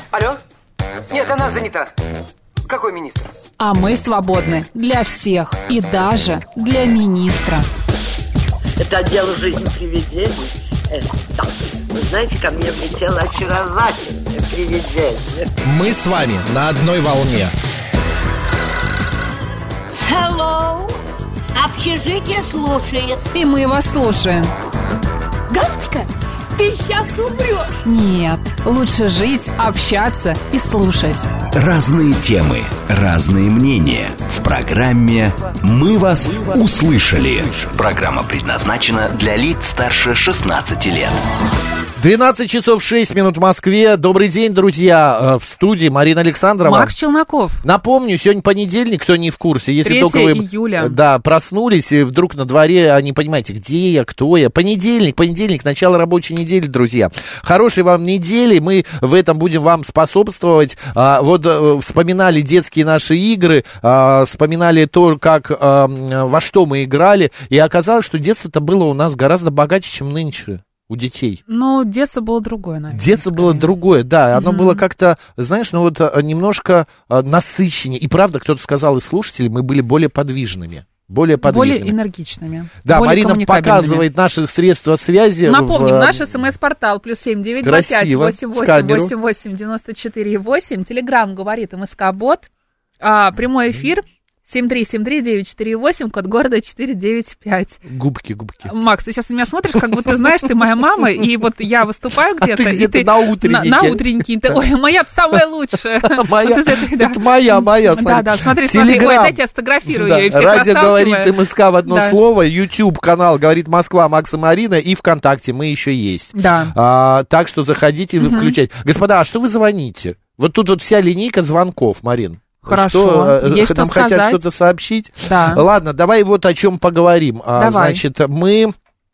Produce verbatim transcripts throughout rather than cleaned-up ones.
Алло? Нет, она занята. Какой министр? А мы свободны для всех и даже для министра. Это отдел «Жизнь привидений». Э, да. Вы знаете, ко мне влетело очаровательное привидение. Мы с вами на одной волне. Hello. Общежитие слушает. И мы вас слушаем. Галочка, ты сейчас умрешь. Нет, лучше жить, общаться и слушать. Разные темы, разные мнения. В программе «Мы вас услышали». Программа предназначена для лиц старше шестнадцати лет. двенадцать часов шесть минут в Москве. Добрый день, друзья. В студии Марина Александрова. Макс Челноков. Напомню, сегодня понедельник, кто не в курсе. Если только вы июля. Да, проснулись, и вдруг на дворе, а не понимаете, где я, кто я. Понедельник, понедельник, начало рабочей недели, друзья. Хорошей вам недели. Мы в этом будем вам способствовать. А, вот а, вспоминали детские наши игры, а, вспоминали то, как, а, во что мы играли. И оказалось, что детство-то было у нас гораздо богаче, чем нынче. У детей. Ну, детство было другое, наверное. Детство скорее. было другое, да. Оно mm-hmm. было как-то, знаешь, ну вот немножко насыщеннее. И правда, кто-то сказал из слушателей, мы были более подвижными. Более подвижными. Более энергичными. Да, более Марина показывает наши средства связи. Напомним, в... наш смс-портал плюс семь девять два пять восемь восемь восемь восемь девяносто четыре восемь. Телеграм говорит МСК-бот. А, прямой эфир. семь три семь три девять четыре восемь, код города четыре девять пять. Губки, губки. Макс, ты сейчас на меня смотришь, как будто знаешь, ты моя мама, и вот я выступаю где-то. А ты где-то и ты на утреннике. На, на утреннике. Ты, ой, моя-то самая лучшая. Моя, вот этой, да. Это моя, моя. Смотри. Да, да, смотри, смотри. Ой, дайте я сфотографирую да. ее и всех Радио говорит МСК в одно да. слово. YouTube-канал говорит Москва, Макс и Марина. И ВКонтакте мы еще есть. Да. А, так что заходите и угу. включайте. Господа, а что вы звоните? Вот тут вот вся линейка звонков, Марин. Хорошо, что, есть нам что хотят сказать. что-то сообщить. Да. Ладно, давай вот о чем поговорим. Давай. Значит, мы...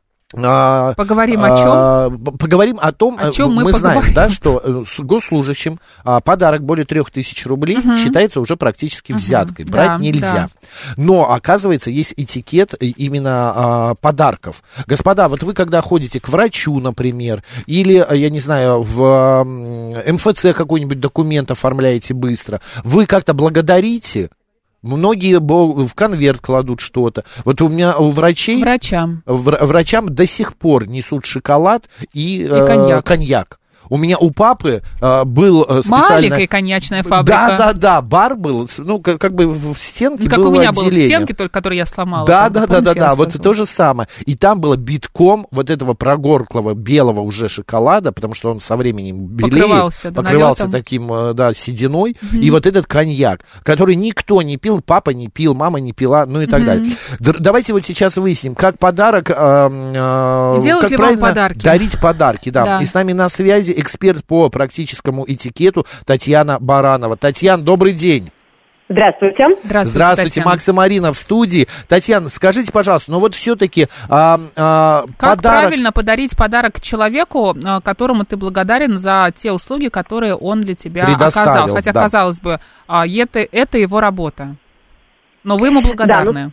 Поговорим о чем? Поговорим о том, о чем мы, мы поговорим. знаем, да, что госслужащим подарок более трех тысяч рублей угу. считается уже практически угу. взяткой. Брать да, нельзя. Да. Но, оказывается, есть этикет именно а, подарков. Господа, вот вы когда ходите к врачу, например, или, я не знаю, в эм эф цэ какой-нибудь документ оформляете быстро, вы как-то благодарите? Многие в конверт кладут что-то. Вот у меня у врачей... Врачам. В, врачам до сих пор несут шоколад и, и коньяк. Э, коньяк. У меня у папы э, был э, специально... Маленькая коньячная фабрика. Да-да-да, бар был, ну, как, как бы в стенке ну, как было у меня отделение. был в стенке, только который я сломала. Да-да-да-да, вот то же самое. И там было битком вот этого прогорклого белого уже шоколада, потому что он со временем белеет. Покрывался, да, покрывался налетом. таким, да, сединой. Mm-hmm. И вот этот коньяк, который никто не пил, папа не пил, мама не пила, ну и так mm-hmm. далее. Д- давайте вот сейчас выясним, как подарок... Э, э, Делают как ли правильно вам подарки? Дарить подарки, да. да. И с нами на связи эксперт по практическому этикету Татьяна Баранова. Татьяна, добрый день. Здравствуйте. Здравствуйте, Здравствуйте, Макс и Марина в студии. Татьяна, скажите, пожалуйста, ну вот все-таки а, а, как подарок... правильно подарить подарок человеку, которому ты благодарен за те услуги, которые он для тебя оказал? Хотя, да. казалось бы, это, это его работа. Но вы ему благодарны. Да, ну...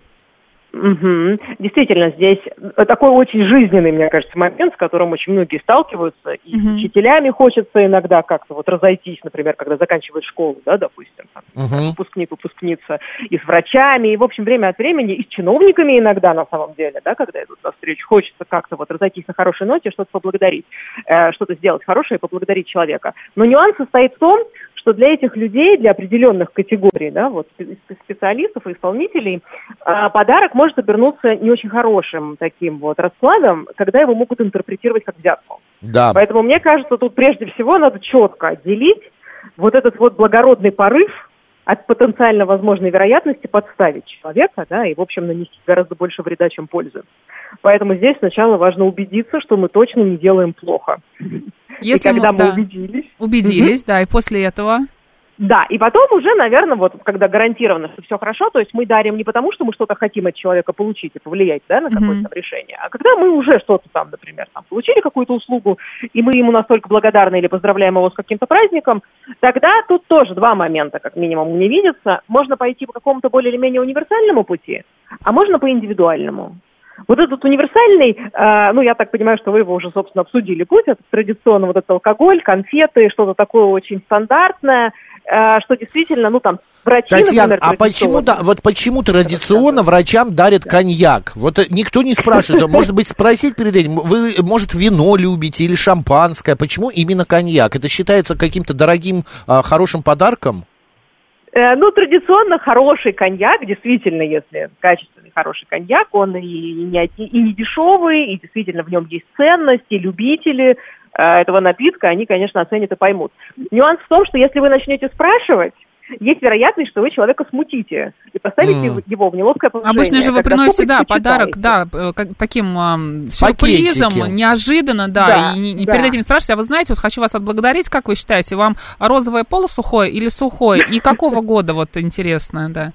Угу. Действительно, здесь такой очень жизненный, мне кажется, момент, с которым очень многие сталкиваются. И угу. с учителями хочется иногда как-то вот разойтись, например, когда заканчивают школу, да, допустим, там, угу. выпускник, выпускница, и с врачами, и, в общем, время от времени, и с чиновниками иногда, на самом деле, да, когда идут на встречу, хочется как-то вот разойтись на хорошей ноте, что-то поблагодарить, э, что-то сделать хорошее и поблагодарить человека. Но нюанс состоит в том, что для этих людей, для определенных категорий, да, вот специалистов и исполнителей, э, подарок может обернуться не очень хорошим таким вот раскладом, когда его могут интерпретировать как взятку. Да. Поэтому, мне кажется, тут прежде всего надо четко отделить вот этот вот благородный порыв от потенциально возможной вероятности подставить человека, да, и, в общем, нанести гораздо больше вреда, чем пользы. Поэтому здесь сначала важно убедиться, что мы точно не делаем плохо. Если и когда мы, мы да, убедились... Убедились, угу. да, и после этого... Да, и потом уже, наверное, вот когда гарантировано, что все хорошо, то есть мы дарим не потому, что мы что-то хотим от человека получить и повлиять, да, на какое-то mm-hmm. решение, а когда мы уже что-то там, например, там, получили какую-то услугу, и мы ему настолько благодарны или поздравляем его с каким-то праздником, тогда тут тоже два момента, как минимум, не видятся. Можно пойти по какому-то более или менее универсальному пути, а можно по индивидуальному. Вот этот универсальный, э, ну, я так понимаю, что вы его уже, собственно, обсудили, путь, это традиционно вот этот алкоголь, конфеты, что-то такое очень стандартное, э, что действительно, ну, там, врачи, Татьяна, например, а почему-то, вот почему традиционно врачам дарят да. коньяк? Вот никто не спрашивает, может быть, спросить перед этим, вы, может, вино любите или шампанское, почему именно коньяк? Это считается каким-то дорогим, хорошим подарком? Ну, традиционно хороший коньяк, действительно, если качественный хороший коньяк, он и не, и не дешевый, и действительно в нем есть ценность, и любители э, этого напитка, они, конечно, оценят и поймут. Нюанс в том, что если вы начнете спрашивать, есть вероятность, что вы человека смутите и поставите mm. его в неловкое положение. Обычно же вы приносите, да, подарок, да, как, таким э, сюрпризом, неожиданно, да, да, и, и да. перед этим спрашиваете, а вы знаете, вот хочу вас отблагодарить, как вы считаете, вам розовое полусухое или сухое, и какого года, вот интересно, да?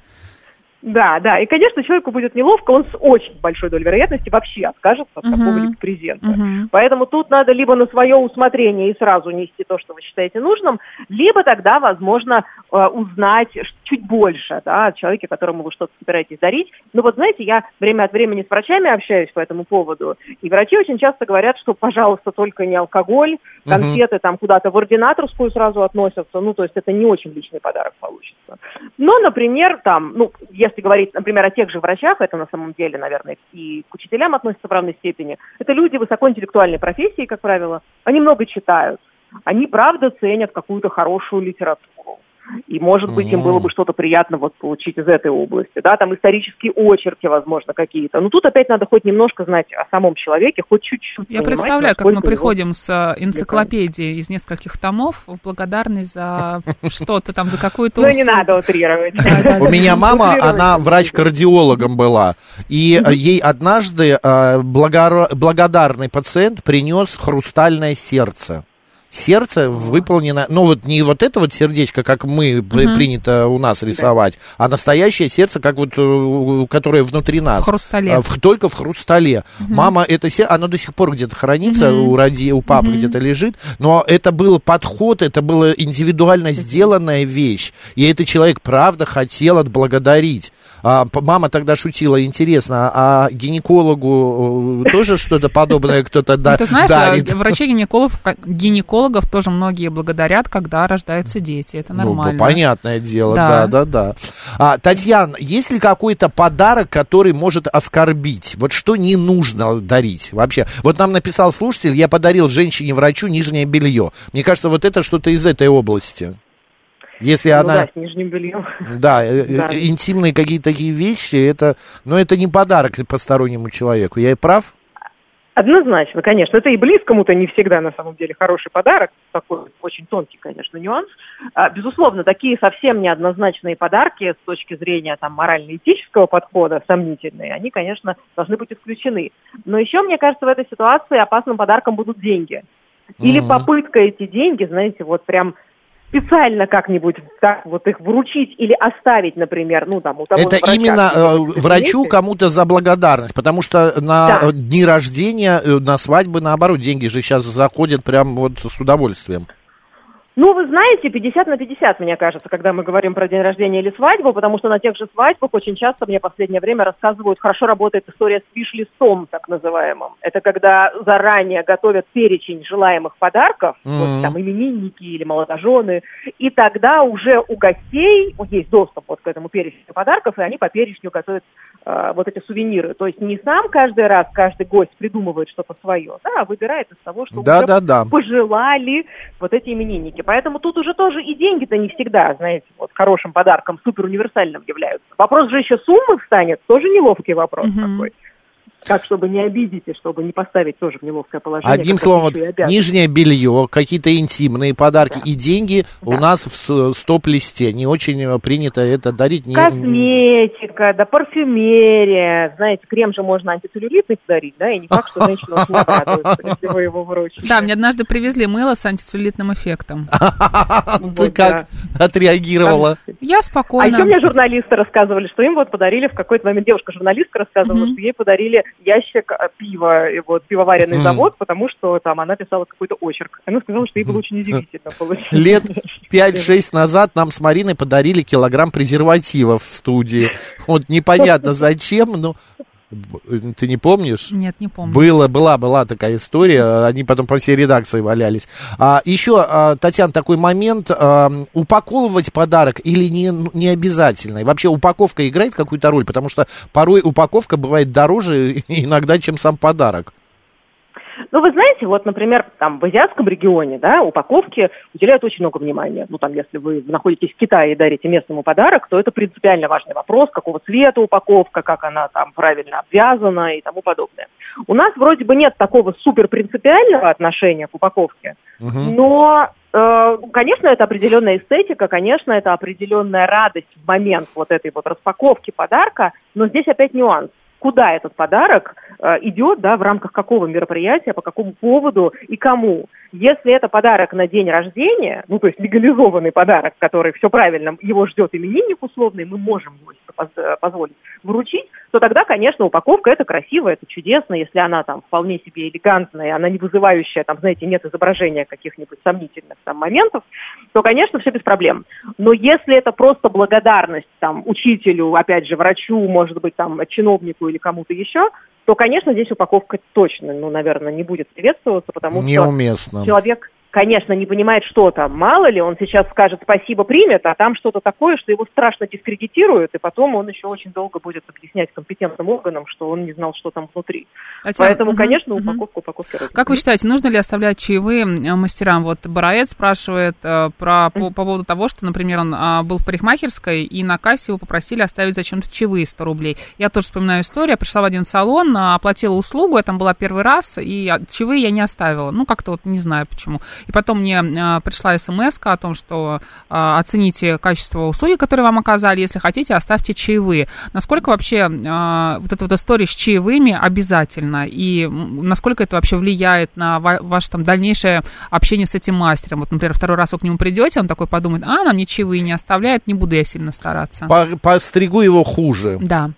Да, да, и, конечно, человеку будет неловко, он с очень большой долей вероятности вообще откажется от uh-huh. какого-либо презента. Uh-huh. Поэтому тут надо либо на свое усмотрение и сразу нести то, что вы считаете нужным, либо тогда, возможно, узнать чуть больше, да, о человеке, которому вы что-то собираетесь дарить. Ну вот, знаете, я время от времени с врачами общаюсь по этому поводу, и врачи очень часто говорят, что, пожалуйста, только не алкоголь, конфеты uh-huh. там куда-то в ординаторскую сразу относятся, ну, то есть это не очень личный подарок получится. Но, например, там, ну, если говорить, например, о тех же врачах, это на самом деле, наверное, и к учителям относится в равной степени, это люди высокоинтеллектуальной профессии, как правило, они много читают, они, правда, ценят какую-то хорошую литературу. И, может быть, им было бы что-то приятно вот получить из этой области, да, там исторические очерки, возможно, какие-то. Но тут опять надо хоть немножко знать о самом человеке, хоть чуть-чуть. Я представляю, как мы приходим с энциклопедией из нескольких томов в благодарность за что-то там, за какую-то услугу. Ну, не надо утрировать. У меня мама, она врач-кардиологом была, и ей однажды благодарный пациент принес хрустальное сердце. Сердце выполнено, ну вот не вот это вот сердечко, как мы uh-huh. принято у нас рисовать, да. а настоящее сердце, как вот, которое внутри нас. В хрустале. В, только в хрустале. Uh-huh. Мама, это сердце, оно до сих пор где-то хранится, uh-huh. у, роди, у папы uh-huh. где-то лежит, но это был подход, это была индивидуально сделанная вещь, и этот человек, правда, хотел отблагодарить. А, мама тогда шутила, интересно, а гинекологу тоже что-то подобное кто-то дарит? Ты знаешь, врачей-гинекологов, гинекологов тоже многие благодарят, когда рождаются дети, это нормально. Ну, понятное дело, да-да-да. А, Татьяна, есть ли какой-то подарок, который может оскорбить? Вот что не нужно дарить вообще? Вот нам написал слушатель, я подарил женщине-врачу нижнее белье. Мне кажется, вот это что-то из этой области. Если ну, она... да, с нижним бельем. Да, да, интимные какие-то такие вещи, это... но это не подарок постороннему человеку. Я и прав? Однозначно, конечно. Это и близкому-то не всегда, на самом деле, хороший подарок. Такой очень тонкий, конечно, нюанс. А, безусловно, такие совсем неоднозначные подарки с точки зрения там, морально-этического подхода, сомнительные, они, конечно, должны быть исключены. Но еще, мне кажется, в этой ситуации опасным подарком будут деньги. Или mm-hmm. попытка эти деньги, знаете, вот прям... специально как-нибудь так вот их вручить или оставить, например, ну там у того это врача, именно э, врачу кому-то за благодарность, потому что на да. дни рождения, на свадьбы, наоборот, деньги же сейчас заходят прям вот с удовольствием. Ну, вы знаете, пятьдесят на пятьдесят, мне кажется, когда мы говорим про день рождения или свадьбу, потому что на тех же свадьбах очень часто мне в последнее время рассказывают, хорошо работает история с виш-листом, так называемым. Это когда заранее готовят перечень желаемых подарков, mm-hmm. вот, там именинники или молодожены, и тогда уже у гостей есть доступ вот к этому перечню подарков, и они по перечню готовят э, вот эти сувениры. То есть не сам каждый раз каждый гость придумывает что-то свое, да, а выбирает из того, что да, уже да, да. пожелали вот эти именинники. Поэтому тут уже тоже и деньги-то не всегда, знаете, вот хорошим подарком, суперуниверсальным являются. Вопрос же еще суммы встанет, тоже неловкий вопрос mm-hmm. такой. Как, чтобы не обидеть и чтобы не поставить тоже в неловкое положение. Одним словом, нижнее белье, какие-то интимные подарки да. и деньги да. у нас в стоп-листе. Не очень принято это дарить. Косметика, да, парфюмерия. Знаете, крем же можно антицеллюлитный подарить, да, и не факт, что женщина очень обрадуется, если вы его вручите. Да, мне однажды привезли мыло с антицеллюлитным эффектом. Ты как отреагировала? Я спокойно. А еще мне журналисты рассказывали, что им вот подарили в какой-то момент, девушка-журналистка рассказывала, что ей подарили ящик пива, и вот пивоваренный mm. завод, потому что там она писала какой-то очерк. Она сказала, что ей было очень удивительно получилось. Лет пять-шесть назад нам с Мариной подарили килограмм презервативов в студии. Вот непонятно зачем, но... Ты не помнишь? Нет, не помню. Было, была, была такая история. Они потом по всей редакции валялись. А, еще, а, Татьяна, такой момент. А, упаковывать подарок или не, не обязательно? И вообще упаковка играет какую-то роль? Потому что порой упаковка бывает дороже иногда, чем сам подарок. Ну, вы знаете, вот, например, там в азиатском регионе, да, упаковке уделяют очень много внимания. Ну, там, если вы находитесь в Китае и дарите местному подарок, то это принципиально важный вопрос, какого цвета упаковка, как она там правильно обвязана и тому подобное. У нас вроде бы нет такого суперпринципиального отношения к упаковке, угу. но, э, конечно, это определенная эстетика, конечно, это определенная радость в момент вот этой вот распаковки подарка, но здесь опять нюанс. Куда этот подарок э, идет, да, в рамках какого мероприятия, по какому поводу и кому. Если это подарок на день рождения, ну, то есть легализованный подарок, который все правильно, его ждет именинник условный, мы можем его позволить вручить, то тогда, конечно, упаковка это красиво, это чудесно, если она там вполне себе элегантная, она не вызывающая, там, знаете, нет изображения каких-нибудь сомнительных там моментов, то, конечно, все без проблем. Но если это просто благодарность там учителю, опять же, врачу, может быть, там, чиновнику или кому-то еще, то, конечно, здесь упаковка точно, ну, наверное, не будет приветствоваться, потому неуместно. Что человек, конечно, не понимает, что там. Мало ли, он сейчас скажет «спасибо», примет, а там что-то такое, что его страшно дискредитирует, и потом он еще очень долго будет объяснять компетентным органам, что он не знал, что там внутри. Татьяна, Поэтому, угу, конечно, угу. упаковка, упаковка. Разница. Как вы считаете, нужно ли оставлять чаевые мастерам? Вот Бараэт спрашивает э, про, по, по поводу того, что, например, он э, был в парикмахерской, и на кассе его попросили оставить зачем-то чаевые сто рублей. Я тоже вспоминаю историю, пришла в один салон, оплатила услугу, я там была первый раз, и чаевые я не оставила. Ну, как-то вот не знаю почему. И потом мне э, пришла смс-ка о том, что э, оцените качество услуги, которые вам оказали, если хотите, оставьте чаевые. Насколько вообще э, вот эта вот история с чаевыми обязательна? И насколько это вообще влияет на ва- ваше там дальнейшее общение с этим мастером? Вот, например, второй раз вы к нему придете, он такой подумает, а, нам мне чаевые не оставляет, не буду я сильно стараться. Постригу его хуже. Да.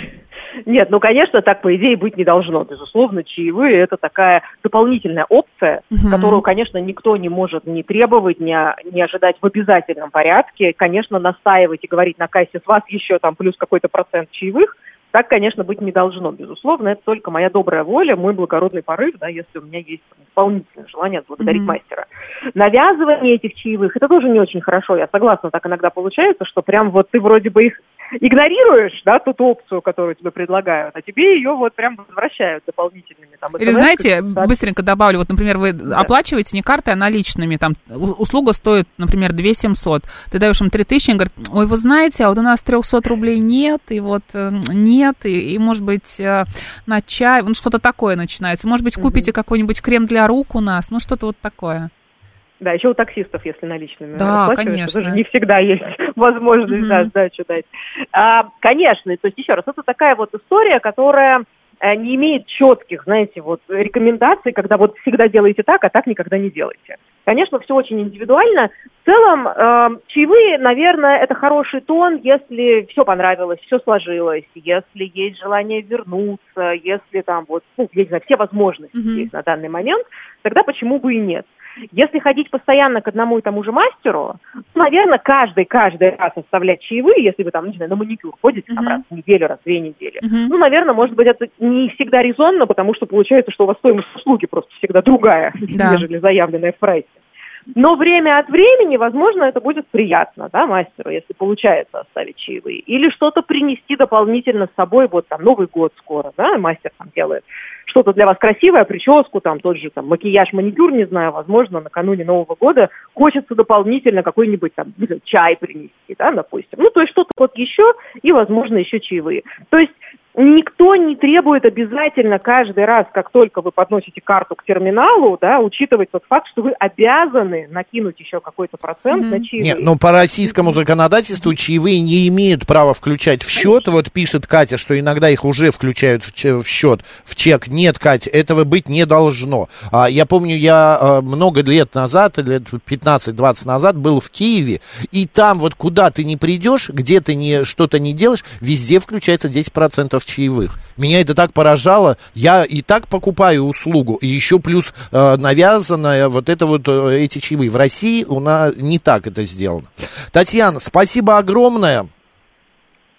Нет, ну, конечно, так, по идее, быть не должно. Безусловно, чаевые – это такая дополнительная опция, угу. которую, конечно, никто не может ни требовать, ни, ни ожидать в обязательном порядке. Конечно, настаивать и говорить на кассе, с вас еще там плюс какой-то процент чаевых, так, конечно, быть не должно. Безусловно, это только моя добрая воля, мой благородный порыв, да, если у меня есть дополнительное желание отблагодарить mm-hmm. мастера. Навязывание этих чаевых – это тоже не очень хорошо. Я согласна, так иногда получается, что прям вот ты вроде бы их игнорируешь, да, ту опцию, которую тебе предлагают, а тебе ее вот прям возвращают дополнительными. Там, Или, знаете, быстренько добавлю, вот, например, вы да. оплачиваете не картой, а наличными, там, услуга стоит, например, две тысячи семьсот, ты даешь им три тысячи, они говорят, ой, вы знаете, а вот у нас триста рублей нет, и вот нет, и, и может быть, на чай, ну, что-то такое начинается, может быть, купите mm-hmm. какой-нибудь крем для рук у нас, ну, что-то вот такое. Да, еще у таксистов, если наличными да, конечно. Тоже не всегда есть возможность mm-hmm. да, сдачу дать. А, конечно, то есть, еще раз, это такая вот история, которая не имеет четких, знаете, вот рекомендаций, когда вот всегда делаете так, а так никогда не делайте. Конечно, все очень индивидуально. В целом, э, чаевые, наверное, это хороший тон, если все понравилось, все сложилось, если есть желание вернуться, если там вот, ну, я не знаю, все возможности mm-hmm. есть на данный момент, тогда почему бы и нет. Если ходить постоянно к одному и тому же мастеру, то, наверное, каждый, каждый раз оставлять чаевые, если вы там, не знаю, на маникюр ходите там, uh-huh. раз в неделю, раз в две недели, uh-huh. ну, наверное, может быть, это не всегда резонно, потому что получается, что у вас стоимость услуги просто всегда другая, да. нежели заявленная в прайсе. Но время от времени, возможно, это будет приятно, да, мастеру, если получается оставить чаевые. Или что-то принести дополнительно с собой, вот там Новый год скоро, да, мастер там делает что-то для вас красивое, прическу, там тот же там макияж, маникюр, не знаю, возможно, накануне Нового года хочется дополнительно какой-нибудь там, не знаю, чай принести, да, допустим. Ну, то есть что-то вот еще и, возможно, еще чаевые. То есть никто не требует обязательно каждый раз, как только вы подносите карту к терминалу, да, учитывать тот факт, что вы обязаны накинуть еще какой-то процент mm-hmm. на чаевые. Нет, но по российскому законодательству чаевые не имеют права включать в счет. Конечно. Вот пишет Катя, что иногда их уже включают в, ч- в счет, в чек. Нет, Катя, этого быть не должно. А, я помню, я а, много лет назад, лет пятнадцать-двадцать назад был в Киеве, и там вот куда ты не придешь, где ты не, что-то не делаешь, везде включается десять процентов чаевых. Меня это так поражало. Я и так покупаю услугу, и еще плюс э, навязанная вот это вот э, эти чаевые. В России у нас не так это сделано. Татьяна, спасибо огромное.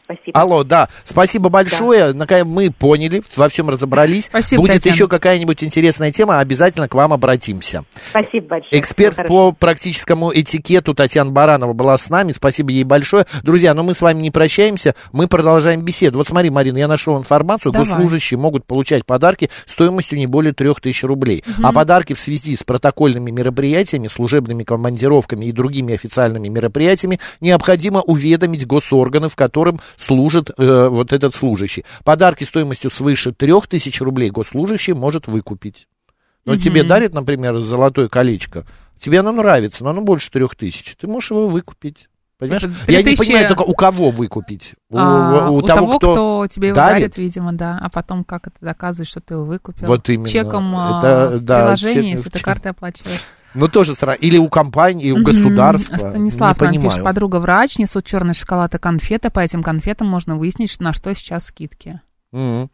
Спасибо. Алло, да, спасибо большое. Да. Мы поняли, во всем разобрались. Спасибо, Будет Татьяна. еще какая-нибудь интересная тема, обязательно к вам обратимся. Спасибо большое. Эксперт по практическому этикету Татьяна Баранова была с нами. Спасибо ей большое. Друзья, но мы с вами не прощаемся, мы продолжаем беседу. Вот смотри, Марина, я нашел информацию. Давай. Госслужащие могут получать подарки стоимостью не более трех тысяч рублей. Угу. А подарки в связи с протокольными мероприятиями, служебными командировками и другими официальными мероприятиями необходимо уведомить госорганы, в котором служит э, вот этот служащий. Подарки стоимостью свыше трех тысяч рублей госслужащий может выкупить. Но угу. тебе дарят, например, золотое колечко, тебе оно нравится, но оно больше трех тысяч, ты можешь его выкупить. Понимаешь? Я не понимаю только, у кого выкупить. А, у, у, у того, того, кто, кто тебе его дарит? дарит, видимо, да. А потом как это доказывать, что ты его выкупил? Вот именно. Чеком это, в да, приложении, чек, если ты картой оплачиваешь. Ну, тоже странно. Или у компании, у mm-hmm. государства. Станислав нам пишет, подруга врач, несут черный шоколад и конфеты. По этим конфетам можно выяснить, на что сейчас скидки. Mm-hmm.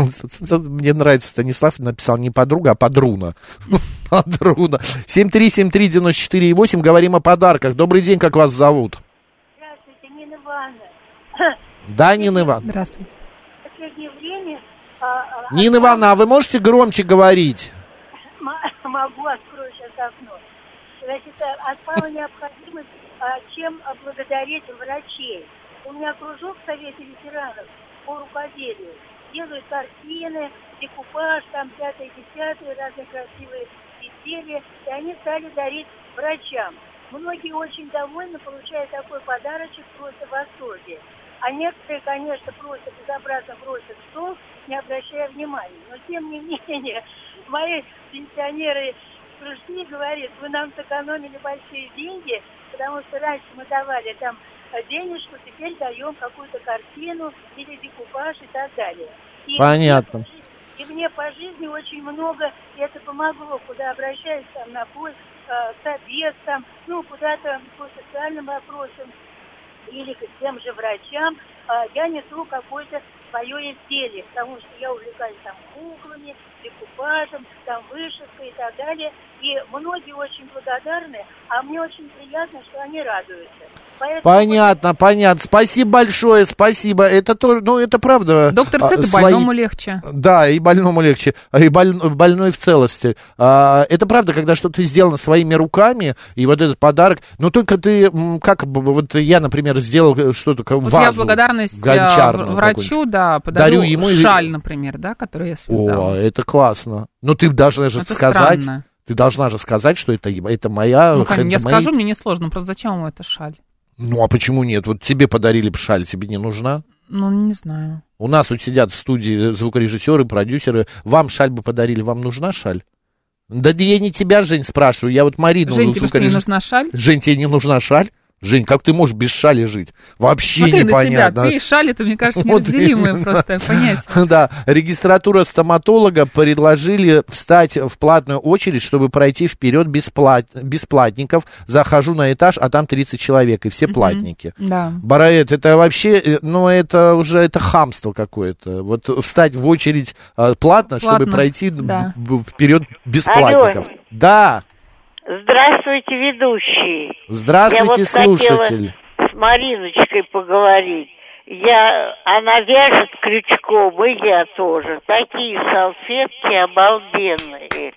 Мне нравится, Станислав написал не подруга, а подруна. Подруна. семь три семь три девяносто четыре восемь. Говорим о подарках. Добрый день, как вас зовут? Здравствуйте, Нина Ивановна. Да, Нина Ивановна. Здравствуйте. В последнее время... А, Нина Ивановна, а вы можете громче говорить? Могу, открою сейчас окно. Значит, отпала необходимость, а, чем благодарить врачей. У меня кружок в Совете ветеранов по рукоделию. Делают картины, декупаж, там пятое-десятое, разные красивые изделия. И они стали дарить врачам. Многие очень довольны, получая такой подарочек, просто в восторге. А некоторые, конечно, просят, безобразно бросят в стол, не обращая внимания. Но, тем не менее, мои пенсионеры пришли и говорят, вы нам сэкономили большие деньги, потому что раньше мы давали там денежку, теперь даем какую-то картину или декупаж и так далее. И понятно. И мне по жизни очень много это помогло, куда обращаюсь там на поиск, э, к обедам, ну, куда-то по социальным вопросам или к тем же врачам, э, я несу какое-то свое изделие, потому что я увлекаюсь там куклами, декупажем, там вышивкой и так далее. И многие очень благодарны, а мне очень приятно, что они радуются. Поэтому... Понятно, понятно. Спасибо большое, спасибо. Это тоже, ну, это правда. Доктор сыт, а, свои... больному легче. Да, и больному легче, и боль... больной в целости. А, это правда, когда что-то сделано своими руками, и вот этот подарок, но только ты, как бы, вот я, например, сделал что-то, как вот вазу я благодарность врачу, да, подарю ему шаль, например, да, которую я связала. О, это классно. Но ты должна же это сказать... Странно. Ты должна же сказать, что это, это моя... Ну, конечно, я скажу, мне не сложно, просто зачем ему эта шаль? Ну, а почему нет? Вот тебе подарили бы шаль, тебе не нужна? Ну, не знаю. У нас вот сидят в студии звукорежиссеры, продюсеры. Вам шаль бы подарили, вам нужна шаль? Да я не тебя, Жень, спрашиваю, я вот Марину... Жень, тебе что, не нужна шаль? Жень, тебе не нужна шаль? Жень, как ты можешь без шали жить? Вообще Смотри непонятно. На себя. Ты и шаль, это, мне кажется, неразделимое вот просто понятие. Да, регистратура стоматолога предложили встать в платную очередь, чтобы пройти вперед бесплат... бесплатников. Захожу на этаж, а там тридцать человек, и все платники. Mm-hmm. Да. Бараэт, это вообще, ну, это уже это хамство какое-то. Вот встать в очередь платно, платно. чтобы пройти да. вперед бесплатников. Алло. Да. Здравствуйте, ведущий. Здравствуйте, я вот слушатель. С Мариночкой поговорить. Я, она вяжет крючком, и я тоже. Такие салфетки обалденные.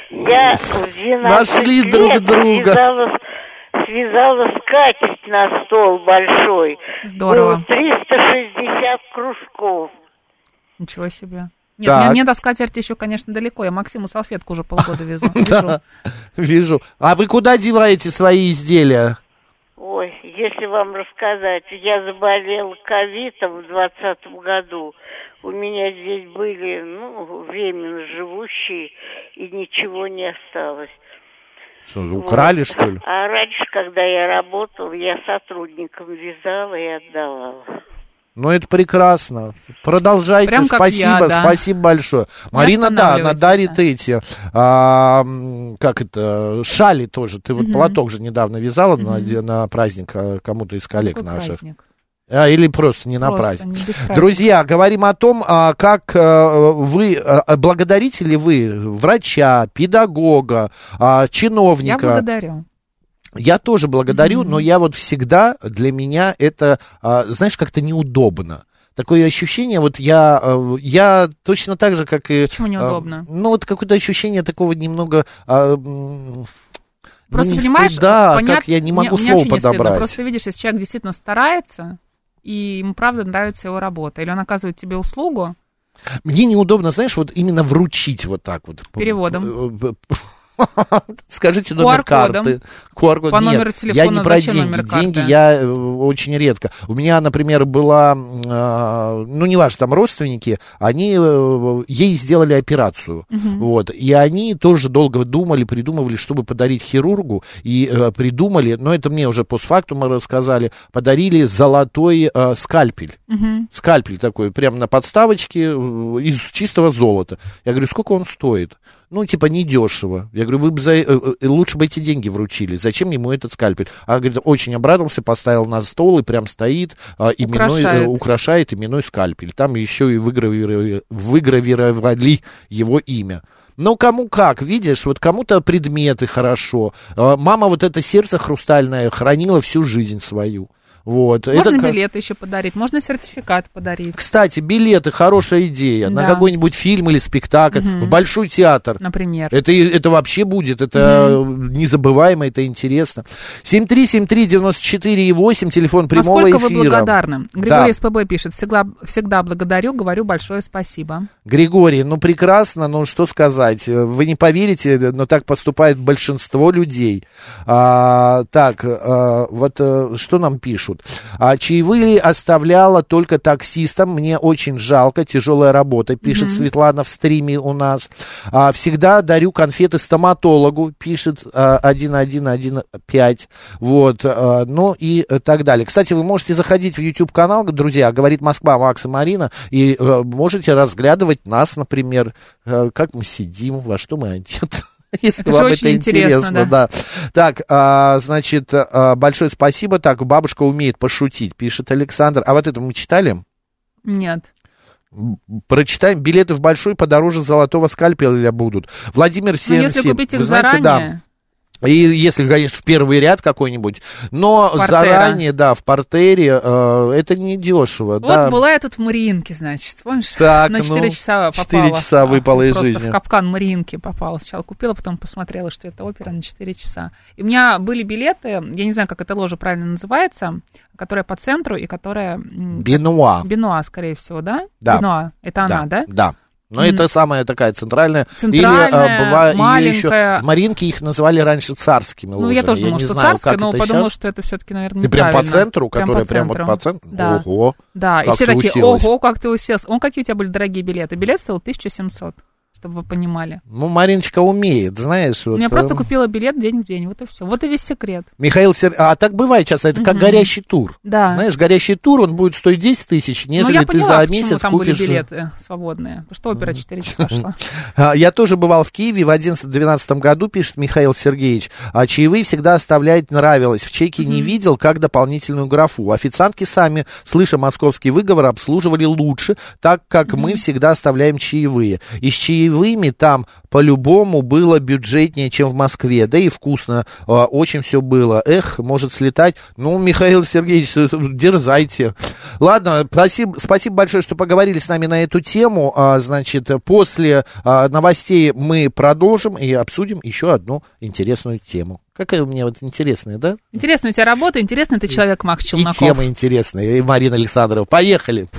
Я в двенадцать Нашли лет друг друга. Связала, связала скатерть на стол большой. Здорово. Было триста шестьдесят кружков. Ничего себе. Нет, мне, мне до скатерти еще, конечно, далеко. Я Максиму салфетку уже полгода везу. Да, вижу. А вы куда деваете свои изделия? Ой, если вам рассказать, я заболела ковидом в двадцатом году. У меня здесь были, ну, временно живущие, и ничего не осталось. Что, украли, вот. Что ли? А раньше, когда я работала, я сотрудникам вязала и отдавала. Ну, это прекрасно. Продолжайте. Прям как спасибо, я, да. Спасибо большое. Марина, да, она дарит да. эти, а, как это, шали тоже. Ты вот угу. платок же недавно вязала угу. на, на праздник кому-то из коллег Какой наших. Праздник? А, или просто не просто, на праздник. Не Друзья, говорим о том, а, как а, вы, а, благодарите ли вы врача, педагога, а, чиновника. Я благодарю. Я тоже благодарю, mm-hmm. но я вот всегда, для меня это, а, знаешь, как-то неудобно. Такое ощущение, вот я, я точно так же, как и... Почему неудобно? А, ну, вот какое-то ощущение такого немного... А, просто, ну, понимаешь, стыда, понят... как я не могу мне, слово мне подобрать. Просто видишь, если человек действительно старается, и ему правда нравится его работа, или он оказывает тебе услугу... Мне неудобно, знаешь, вот именно вручить вот так вот. Переводом. Скажите номер карты. ку ар код. По номеру телефона. Я не про деньги. Деньги я очень редко. У меня, например, была, ну, не важно, там родственники, они ей сделали операцию. Угу. Вот. И они тоже долго думали, придумывали, чтобы подарить хирургу. И придумали, но это мне уже постфактум рассказали, подарили золотой э, скальпель. Угу. Скальпель такой, прямо на подставочке из чистого золота. Я говорю, сколько он стоит? Ну, типа, недешево. Я говорю, вы бы за... лучше бы эти деньги вручили. Зачем ему этот скальпель? Она говорит, очень обрадовался, поставил на стол и прям стоит, именной, украшает. украшает именной скальпель. Там еще и выгравировали, выгравировали его имя. Ну, кому как, видишь, вот кому-то предметы хорошо. Мама вот это сердце хрустальное хранила всю жизнь свою. Вот. Можно это... билеты еще подарить, можно сертификат подарить. Кстати, билеты хорошая идея. Да. На какой-нибудь фильм или спектакль, угу. в Большой театр. Например. Это, это вообще будет, это угу. незабываемо, это интересно. семь три семь три девять четыре восемь, телефон прямого Насколько эфира. Вы благодарны? Григорий да. из ПБ пишет, всегда, всегда благодарю, говорю большое спасибо. Григорий, ну прекрасно, ну что сказать, вы не поверите, но так поступает большинство людей. А, так, а, вот что нам пишут. А, чаевые оставляла только таксистам. Мне очень жалко. Тяжелая работа, пишет mm-hmm. Светлана в стриме у нас. А, всегда дарю конфеты стоматологу, пишет а, один один один пять. Вот. А, ну и так далее. Кстати, вы можете заходить в YouTube-канал, друзья, говорит Москва, Макс и Марина, и а, можете разглядывать нас, например, а, как мы сидим, во что мы одеты. Если это вам это интересно, интересно да. да. Так, а, значит, а, большое спасибо. Так, бабушка умеет пошутить, пишет Александр. А вот это мы читали? Нет. Прочитаем. Билеты в Большой подороже золотого скальпеля будут. Владимир семь семь. Ну, если купить их знаете, заранее... Да. И если, конечно, в первый ряд какой-нибудь, но Портера. заранее, да, в портере, э, это не дешево. Вот да. была я тут в Мариинке, значит, помнишь? Так, на четыре ну, часа попала. четыре часа выпала из просто жизни. В капкан Мариинки попала. Сначала купила, потом посмотрела, что это опера на четыре часа. И у меня были билеты, я не знаю, как эта ложа правильно называется, которая по центру и которая... Бенуа. Бенуа, скорее всего, да? Да. Бенуа, это она, да? Да. Но mm. это самая такая центральная. Центральная, или, а, быва, маленькая. Еще, в Маринке их называли раньше царскими ложами. Ну, я тоже думала, я что знаю, царская, но подумала, сейчас. что это все-таки, наверное, Ты неправильно. прям по центру, прям которая по прям вот по центру? Да. Ого, да. И все такие, уселась. Ого, как ты уселся. Он, какие у тебя были дорогие билеты? Билет стоил тысяча семьсот. Чтобы вы понимали. Ну, Мариночка умеет, знаешь. Вот, я просто купила билет день в день, вот и все. Вот и весь секрет. Михаил Сер... А так бывает часто, это как uh-huh. горящий тур. Да. Знаешь, горящий тур, он будет стоить десять тысяч, нежели ну, ты поняла, за месяц там купишь... были билеты свободные, потому что опера четыре часа шла. Я тоже бывал в Киеве в одиннадцатом-двенадцатом году, пишет Михаил Сергеевич. А чаевые всегда оставлять нравилось. В чеке uh-huh. не видел, как дополнительную графу. Официантки сами, слыша московский выговор, обслуживали лучше, так как uh-huh. мы всегда оставляем чаевые. И с чаевыми там по-любому было бюджетнее, чем в Москве. Да и вкусно. Очень все было. Эх, может слетать. Ну, Михаил Сергеевич, дерзайте. Ладно, спасибо, спасибо большое, что поговорили с нами на эту тему. Значит, после новостей мы продолжим и обсудим еще одну интересную тему. Какая у меня вот интересная, да? Интересная у тебя работа, интересный ты человек, Макс Челноков. И тема интересная, и Марина Александрова. Поехали!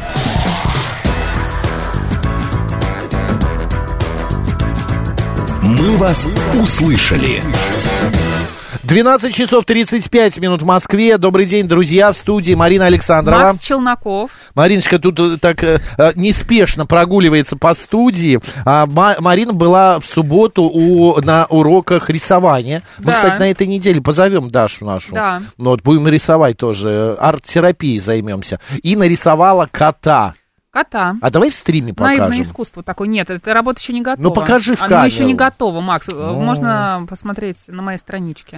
Мы вас услышали. двенадцать часов тридцать пять минут в Москве. Добрый день, друзья, в студии Марина Александрова. Макс Челноков. Мариночка тут так э, неспешно прогуливается по студии. А, Ма- Марина была в субботу у, на уроках рисования. Мы, да. кстати, на этой неделе позовем Дашу нашу. Да. Ну, вот будем рисовать тоже. Арт-терапией займемся. И нарисовала кота. Кота. А давай в стриме покажем. Наивное искусство такое. Нет, эта работа еще не готова. Ну, покажи в камеру. Она еще не готова, Макс. Ну... Можно посмотреть на моей страничке.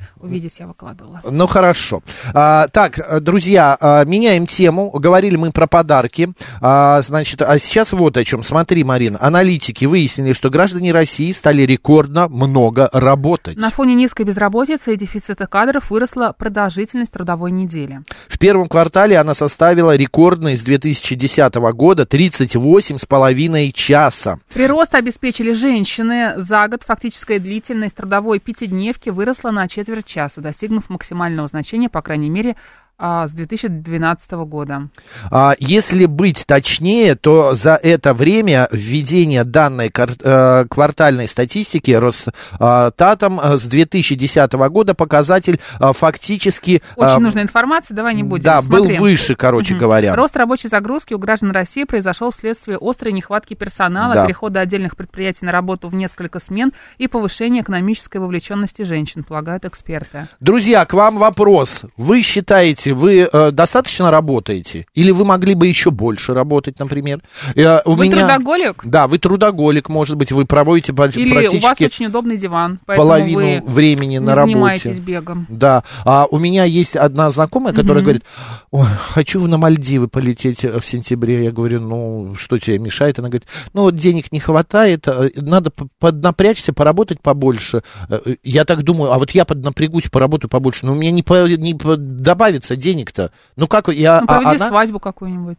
увидеть, я выкладывала. Ну, хорошо. А, так, друзья, а, меняем тему. Говорили мы про подарки. А, значит, а сейчас вот о чем. Смотри, Марина, аналитики выяснили, что граждане России стали рекордно много работать. На фоне низкой безработицы и дефицита кадров выросла продолжительность трудовой недели. В первом квартале она составила рекордный с две тысячи десятого года тридцать восемь с половиной часа. Прирост обеспечили женщины. За год фактическая длительность трудовой пятидневки выросла на четверть часа, достигнув максимального значения, по крайней мере, с две тысячи двенадцатого года. А, если быть точнее, то за это время введение данной квартальной статистики Росстатом с две тысячи десятого года показатель фактически... Очень нужная информация, давай не будем. Да, Смотри. был выше, короче угу. говоря. Рост рабочей загрузки у граждан России произошел вследствие острой нехватки персонала, да. перехода отдельных предприятий на работу в несколько смен и повышения экономической вовлеченности женщин, полагают эксперты. Друзья, к вам вопрос. Вы считаете, вы э, достаточно работаете? Или вы могли бы еще больше работать, например? Э, у вы меня... трудоголик? Да, вы трудоголик, может быть, вы проводите Или практически... у вас очень удобный диван, поэтому половину вы времени на не работе. занимаетесь бегом. Да, а у меня есть одна знакомая, которая mm-hmm. говорит, ой, хочу на Мальдивы полететь в сентябре. Я говорю, ну, что тебе мешает? Она говорит, ну, вот денег не хватает, надо поднапрячься, поработать побольше. Я так думаю, а вот я поднапрягусь, поработаю побольше, но у меня не, по, не по, добавится денег-то. Ну, как я... Ну, проведи а она... свадьбу какую-нибудь.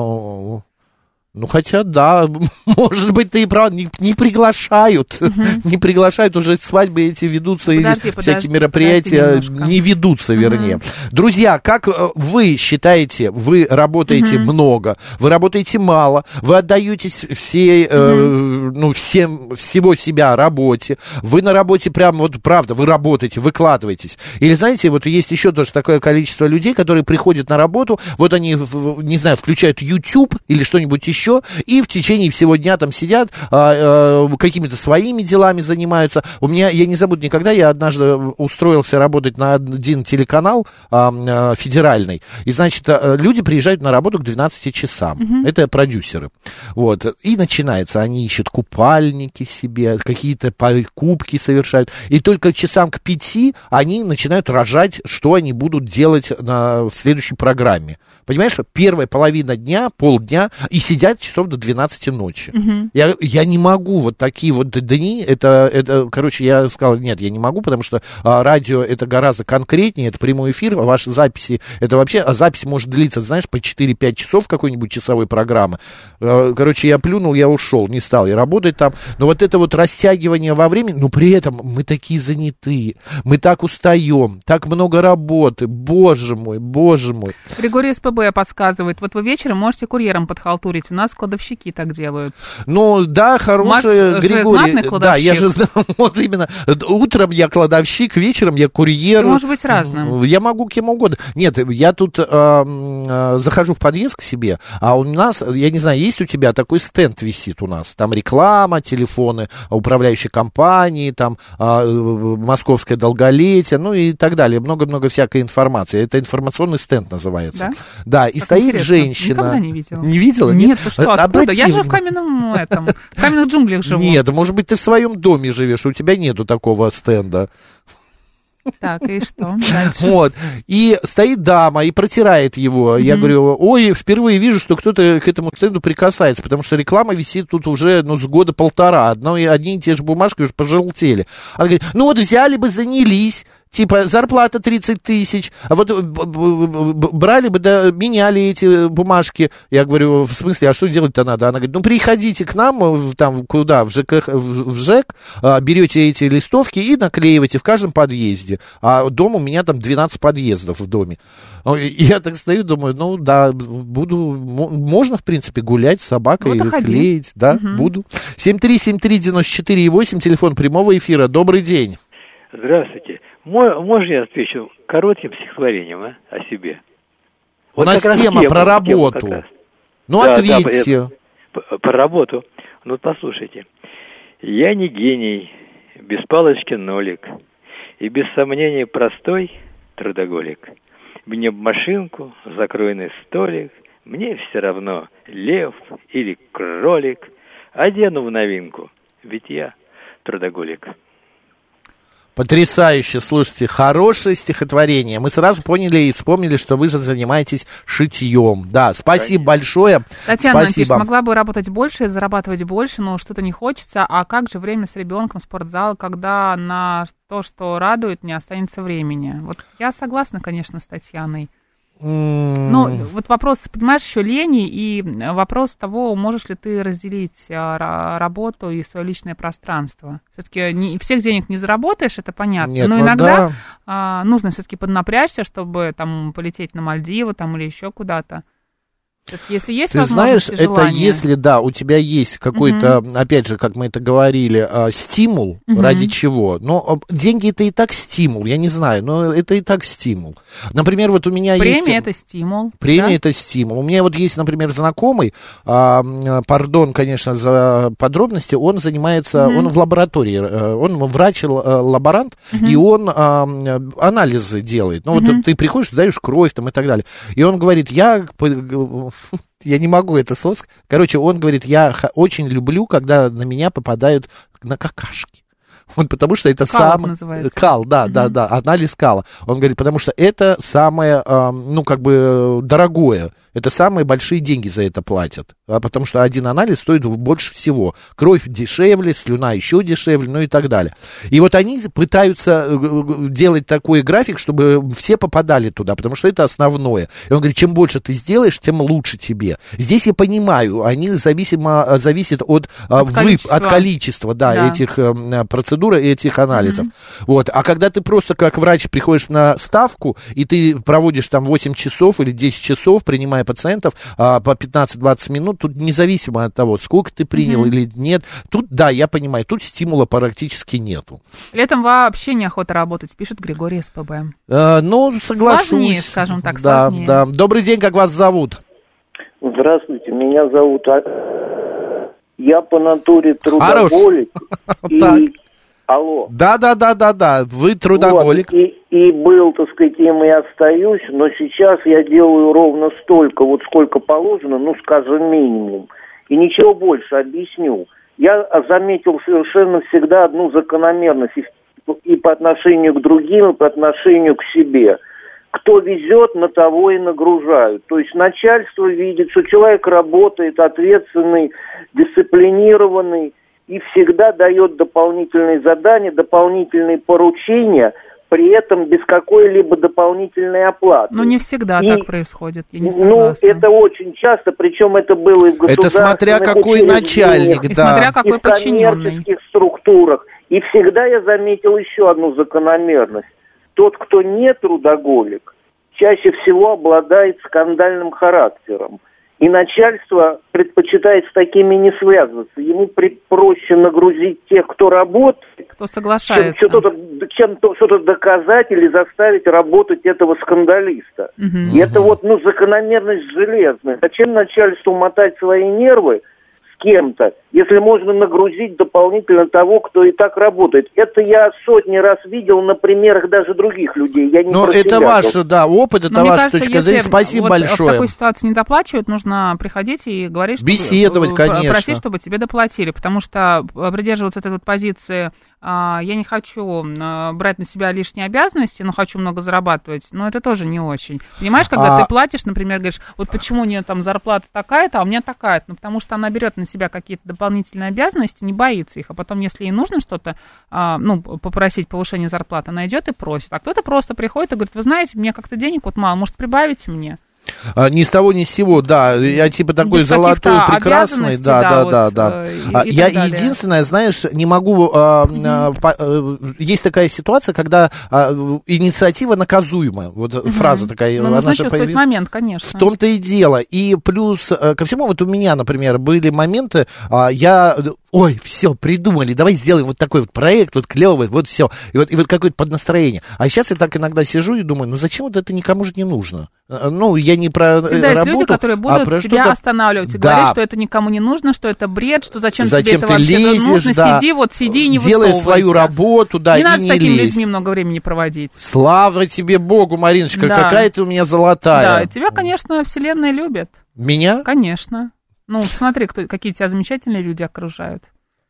Ну, хотя, да, может быть, ты и прав, не, не приглашают, uh-huh. не приглашают, уже свадьбы эти ведутся, ну, подожди, и подожди, всякие мероприятия не ведутся, вернее. Uh-huh. Друзья, как вы считаете, вы работаете uh-huh. много, вы работаете мало, вы отдаетесь всей, uh-huh. э, ну, всем, всего себя работе, вы на работе прям, вот правда, вы работаете, выкладываетесь. Или, знаете, вот есть еще тоже такое количество людей, которые приходят на работу, вот они, не знаю, включают YouTube или что-нибудь еще, еще, и в течение всего дня там сидят, а, а, какими-то своими делами занимаются. У меня, я не забуду никогда, я однажды устроился работать на один телеканал а, а, федеральный, и, значит, люди приезжают на работу к двенадцати часам. Uh-huh. Это продюсеры. Вот. И начинается, они ищут купальники себе, какие-то покупки совершают, и только часам к пяти они начинают рожать, что они будут делать на, в следующей программе. Понимаешь, первая половина дня, полдня, и сидят часов до двенадцати ночи. Uh-huh. Я, я не могу вот такие вот дни, это, это, короче, я сказал, нет, я не могу, потому что а, радио это гораздо конкретнее, это прямой эфир, а ваши записи, это вообще, а запись может длиться, знаешь, по четыре-пять часов какой-нибудь часовой программы. А, короче, я плюнул, я ушел, не стал я работать там, но вот это вот растягивание во времени, но при этом мы такие занятые, мы так устаем, так много работы, боже мой, боже мой. Григорий СПБ подсказывает, вот вы вечером можете курьером подхалтурить, у нас кладовщики так делают. Ну, да, хороший Макс Григорий. Да, я же знаю, вот именно, утром я кладовщик, вечером я курьер. Ты можешь быть разным. Я могу кем угодно. Нет, я тут э, э, захожу в подъезд к себе, а у нас, я не знаю, есть у тебя такой стенд висит у нас, там реклама, телефоны управляющей компании, там э, московское долголетие, ну и так далее, много-много всякой информации. Это информационный стенд называется. Да, да, и как стоит интересно. Женщина. Никогда не видела. Не видела? Нет, нет? ты что, откуда? Я же в каменном этом, в каменных джунглях живу. Нет, может быть, ты в своем доме живешь, у тебя нету такого стенда. Так, и что дальше? Вот, и стоит дама и протирает его. Mm-hmm. Я говорю, ой, впервые вижу, что кто-то к этому стенду прикасается, потому что реклама висит тут уже, ну, с года полтора. Одно, одни и те же бумажки уже пожелтели. Она говорит, ну вот взяли бы, занялись. Типа, зарплата тридцать тысяч, а вот брали бы, да, меняли эти бумажки. Я говорю, в смысле, а что делать-то надо? Она говорит, ну, приходите к нам, там, куда, в ЖК, в ЖЭК, берете эти листовки и наклеиваете в каждом подъезде. А дом у меня там двенадцать подъездов в доме. И я так стою, думаю, ну, да, буду, можно, в принципе, гулять с собакой, вот и клеить, да, угу. буду. семь три семь три девяносто четыре восемь, телефон прямого эфира, добрый день. Здравствуйте. Можно я отвечу коротким стихотворением а, о себе? У вот нас тема про работу. Ну, да, ответьте. Да, это, про работу. Ну, послушайте. Я не гений, без палочки нолик, и без сомнений простой трудоголик. Мне б машинку, закройный столик, мне все равно, лев или кролик, одену в новинку, ведь я трудоголик. Потрясающе, слушайте, хорошее стихотворение. Мы сразу поняли и вспомнили, что вы же занимаетесь шитьем. Да, спасибо большое. Татьяна спасибо. Пишет, могла бы работать больше и зарабатывать больше, но что-то не хочется. А как же время с ребенком, спортзал, когда на то, что радует, не останется времени? Вот я согласна, конечно, с Татьяной. Ну, вот вопрос, понимаешь, еще лени и вопрос того, можешь ли ты разделить а, работу и свое личное пространство. Все-таки не, всех денег не заработаешь, это понятно. Нет, но ну иногда да. а, нужно все-таки поднапрячься, чтобы там полететь на Мальдивы там, или еще куда-то. Если есть Ты знаешь, это желание... если, да, у тебя есть какой-то, uh-huh. опять же, как мы это говорили, стимул, uh-huh. ради чего. Но деньги это и так стимул, я не знаю, но это и так стимул. Например, вот у меня Премия есть... Премия это стимул. Премия да? это стимул. У меня вот есть, например, знакомый, а, пардон, конечно, за подробности, он занимается, uh-huh. он в лаборатории, он врач-лаборант, uh-huh. и он а, анализы делает. Ну, uh-huh. вот ты приходишь, даешь кровь там и так далее. И он говорит, я... Я не могу это соц... Короче, он говорит, я х- очень люблю, когда на меня попадают на какашки. Он, потому что это кал сам... Кал, да, uh-huh. да, да, анализ кала. Он говорит, потому что это самое, э, ну, как бы, дорогое. Это самые большие деньги за это платят. А потому что один анализ стоит больше всего. Кровь дешевле, слюна еще дешевле, ну и так далее. И вот они пытаются делать такой график, чтобы все попадали туда, потому что это основное. И он говорит, чем больше ты сделаешь, тем лучше тебе. Здесь я понимаю, они зависимо, зависят от, от, вып, количества. от количества, да, да. этих э, процедур, этих анализов. Mm-hmm. Вот. А когда ты просто как врач приходишь на ставку, и ты проводишь там восемь часов или десять часов, принимая пациентов а, по пятнадцать-двадцать минут, тут независимо от того, сколько ты принял mm-hmm. или нет, тут, да, я понимаю, тут стимула практически нету. Летом вообще неохота работать, пишет Григорий СПБ. А, ну, соглашусь. Сложнее, скажем так, да, сложнее. Да. Добрый день, как вас зовут? Здравствуйте, меня зовут... Я по натуре трудоголик. И... Алло. Да-да-да-да-да, вы трудоголик. Вот, и, и был, так сказать, им и остаюсь, но сейчас я делаю ровно столько, вот сколько положено, ну, скажем, минимум. И ничего больше, объясню. Я заметил совершенно всегда одну закономерность и, и по отношению к другим, и по отношению к себе. Кто везет, на того и нагружают. То есть начальство видит, что человек работает ответственный, дисциплинированный, и всегда дает дополнительные задания, дополнительные поручения, при этом без какой-либо дополнительной оплаты. Ну, не всегда и, так происходит, я не согласна. Ну, это очень часто, причем это было и в государственных это смотря какой начальник, и да. смотря какой и в коммерческих структурах. И всегда я заметил еще одну закономерность. Тот, кто не трудоголик, чаще всего обладает скандальным характером. И начальство предпочитает с такими не связываться. Ему при, проще нагрузить тех, кто работает, кто соглашается, чем что-то, чем что-то доказать или заставить работать этого скандалиста. Угу. И это вот, ну, закономерность железная. Зачем начальству мотать свои нервы с кем-то, если можно нагрузить дополнительно того, кто и так работает? Это я сотни раз видел на примерах даже других людей. Я не Но это ваш, да, опыт, это ваша кажется, точка зрения. Спасибо вот большое. В такой ситуации не доплачивают, нужно приходить и говорить, чтобы, беседовать, конечно. Просить, чтобы тебе доплатили, потому что придерживаться этой вот позиции, я не хочу брать на себя лишние обязанности, но хочу много зарабатывать, но это тоже не очень. Понимаешь, когда а... ты платишь, например, говоришь, вот почему у нее там зарплата такая-то, а у меня такая-то, ну потому что она берет на себя какие-то дополнительные обязанности, не боится их, а потом, если ей нужно что-то, ну, попросить повышение зарплаты, она идет и просит, а кто-то просто приходит и говорит, вы знаете, мне как-то денег вот мало, может, прибавите мне? А, ни с того, ни с сего, да, я типа такой без золотой, прекрасный, да, да, да, вот, да. И, и я единственное, знаешь, не могу, а, mm-hmm. а, есть такая ситуация, когда а, инициатива наказуема, вот mm-hmm. фраза такая. Ну, нужно чувствовать появи... момент, конечно. В том-то и дело, и плюс ко всему, вот у меня, например, были моменты, а, я... Ой, все, придумали, давай сделаем вот такой вот проект, вот клевый, вот все, и вот, и вот какое-то поднастроение. А сейчас я так иногда сижу и думаю, ну зачем вот это никому же не нужно? Ну, я не про Всегда работу, есть люди, которые будут а тебя что-то... останавливать и да. говорить, что это никому не нужно, что это бред, что зачем, зачем тебе это ты вообще лезешь, нужно, да. сиди, вот сиди и не делай высовывайся. свою работу, да, не и надо не с такими лезь. людьми много времени проводить. Слава тебе Богу, Мариночка, да. какая ты у меня золотая. Да, тебя, конечно, вселенная любит. Меня? Конечно. Ну, смотри, кто, какие тебя замечательные люди окружают.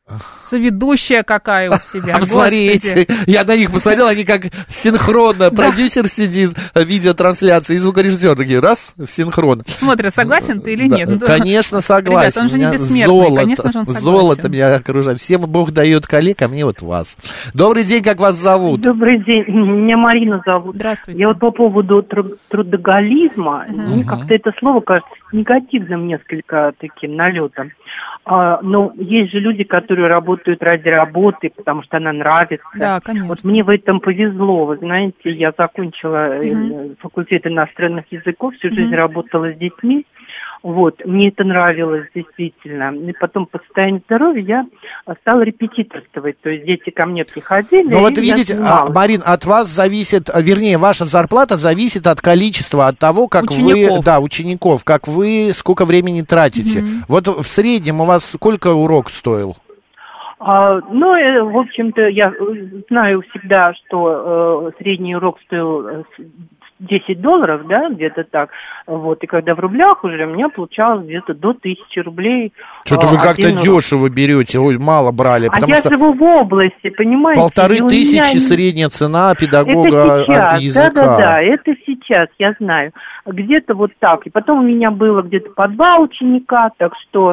Соведущая какая у тебя. А посмотрите, я на них посмотрел, они как синхронно. Продюсер сидит, видеотрансляция, и звукорежиссер такие, раз, в синхрон. Смотрят, согласен ты или нет? Да, конечно, согласен. Ребята, он же не бессмертный, золото, конечно же он согласен. Золото меня окружает. Всем Бог дает коллег, а мне вот вас. Добрый день, как вас зовут? Добрый день, меня Марина зовут. Здравствуйте. Я вот по поводу тру- трудоголизма, угу. Мне как-то это слово кажется негативным несколько таким налетом. А, но есть же люди, которые работают ради работы, потому что она нравится. Да, конечно. Вот мне в этом повезло. Вы знаете, я закончила угу. факультет иностранных языков, всю жизнь угу. работала с детьми. Вот, мне это нравилось действительно. И потом по состоянию здоровья я стала репетиторствовать. То есть дети ко мне приходили. Ну вот видите, а, Марин, от вас зависит, вернее, ваша зарплата зависит от количества, от того, как учеников. вы, да, учеников, как вы, сколько времени тратите. Mm-hmm. Вот в среднем у вас сколько урок стоил? А, ну, э, в общем-то, я знаю всегда, что э, средний урок стоил э, десять долларов, да, где-то так. Вот, и когда в рублях уже у меня получалось где-то до тысячи рублей. Что-то вы как-то дешево берете, ой, мало брали. А я что живу в области, понимаете? Полторы тысячи меня... средняя цена педагога это сейчас, языка. Да-да-да, это сейчас, я знаю. Где-то вот так. И потом у меня было где-то по два ученика, так что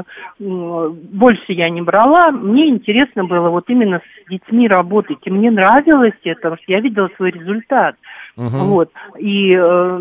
м- больше я не брала. Мне интересно было вот именно с детьми работать. И мне нравилось это, потому что я видела свой результат. Uh-huh. Вот. И э,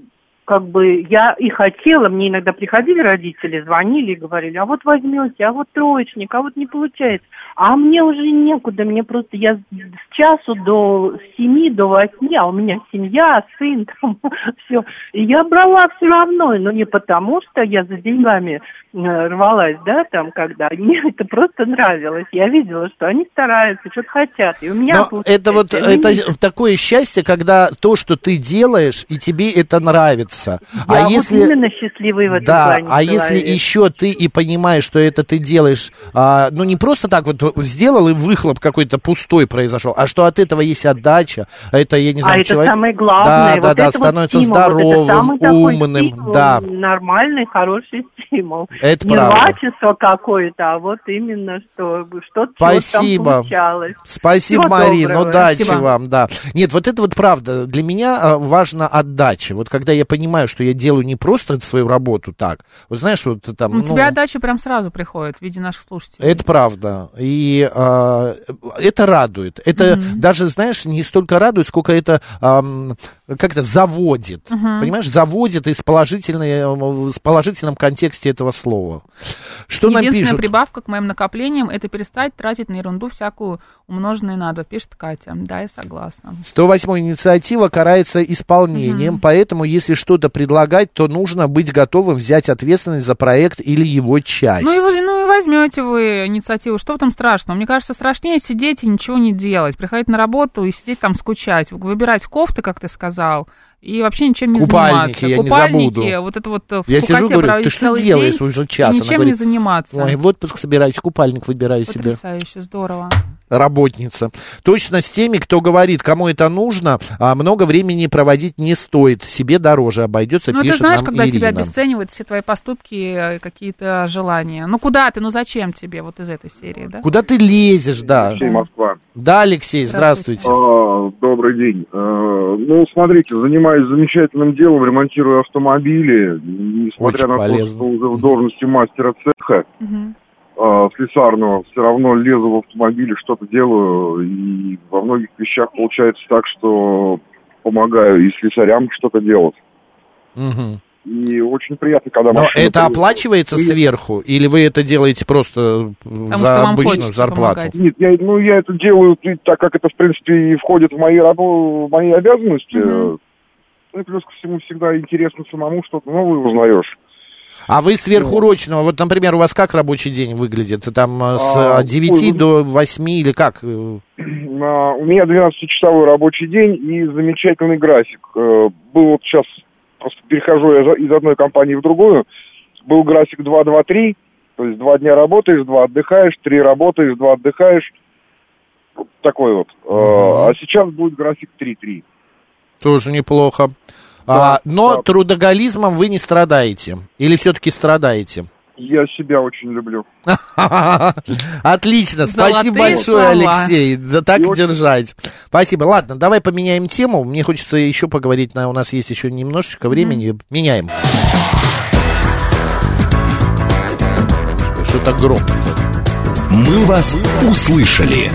как бы я и хотела, мне иногда приходили родители, звонили и говорили, а вот возьмете, а вот троечник, а вот не получается. А мне уже некуда, мне просто, я с часу до семи, до восьми, а у меня семья, сын, там, все. И я брала все равно, но не потому, что я за деньгами рвалась, да, там, когда. Мне это просто нравилось. Я видела, что они стараются, что-то хотят. И у меня но это вот, это не... такое счастье, когда то, что ты делаешь, и тебе это нравится. Я а вот если... именно счастливый в этом да, плане а человек. если еще ты и понимаешь, что это ты делаешь, а, ну, не просто так вот сделал, и выхлоп какой-то пустой произошел, а что от этого есть отдача, это, я не знаю, а человек... это самое главное. Да, да, вот да, это становится вот стимул, здоровым, вот это умным, стимул, да. Нормальный, хороший стимул. Это не правда. рвачество какое-то, а вот именно, что что-то Спасибо. там получалось. Спасибо, Всего Марина, доброго. удачи Спасибо. вам, да. Нет, вот это вот правда, для меня важна отдача. Вот когда я понимаю, что я делаю не просто свою работу так, вот знаешь, вот там... У ну, тебя отдача прям сразу приходит в виде наших слушателей. Это правда, и э, это радует. Это mm-hmm. даже, знаешь, не столько радует, сколько это э, как-то заводит, mm-hmm. понимаешь, заводит и с, положительной, с положительном контексте этого слова. Что нам пишут? Единственная прибавка к моим накоплениям — это перестать тратить на ерунду всякую умноженное на два, пишет Катя. Да, я согласна. сто восьмая инициатива карается исполнением, mm-hmm. поэтому если что-то предлагать, то нужно быть готовым взять ответственность за проект или его часть. Ну и, вы, ну и возьмете вы инициативу, что в этом страшного? Мне кажется, страшнее сидеть и ничего не делать, приходить на работу и сидеть там скучать, выбирать кофты, как ты сказал, и вообще ничем не Купальники, заниматься. Я Купальники, не забуду. Вот это вот в я сижу, говорю, ты что делаешь день, уже час? Ничем говорит, не заниматься. Ой, в отпуск собираюсь, купальник выбираю себе. Потрясающе, здорово. Работница. Точно с теми, кто говорит, кому это нужно, а много времени проводить не стоит, себе дороже обойдется, ну, пишет ты знаешь, нам когда Ирина. тебя обесценивают все твои поступки, какие-то желания. Ну, куда ты, ну, зачем тебе вот из этой серии, да? Куда ты лезешь, да. Алексей, Москва. Да, Алексей, здравствуйте. здравствуйте. А, добрый день. А, ну, смотрите, занимаюсь замечательным делом, ремонтирую автомобили, несмотря очень на полезно. то, что уже в должности мастера цеха. Угу. Слесарного, все равно лезу в автомобиле, что-то делаю, и во многих вещах получается так, что помогаю и слесарям что-то делать. Угу. И очень приятно, когда Но машина... это оплачивается и... сверху, или вы это делаете просто Потому за обычную зарплату? Помогать. Нет, я, ну, я это делаю, так как это, в принципе, и входит в мои, в мои обязанности. Угу. Ну, и плюс ко всему всегда интересно самому, что-то новое узнаешь. А вы сверхурочного, вот, например, у вас как рабочий день выглядит? Там с а, девяти ой, до восьми или как? У меня двенадцатичасовой рабочий день и замечательный график. Был вот сейчас, просто перехожу я из одной компании в другую, был график два два три, то есть два дня работаешь, два отдыхаешь, три работаешь, два отдыхаешь. Такой вот. Uh-huh. А сейчас будет график три три. Тоже неплохо. Да, а, но да. трудоголизмом вы не страдаете? Или все-таки страдаете? Я себя очень люблю. Отлично, спасибо большое, Алексей. Да так и держать. Спасибо. Ладно, давай поменяем тему. Мне хочется еще поговорить, у нас есть еще немножечко времени. Меняем. Что так громко? Мы вас услышали.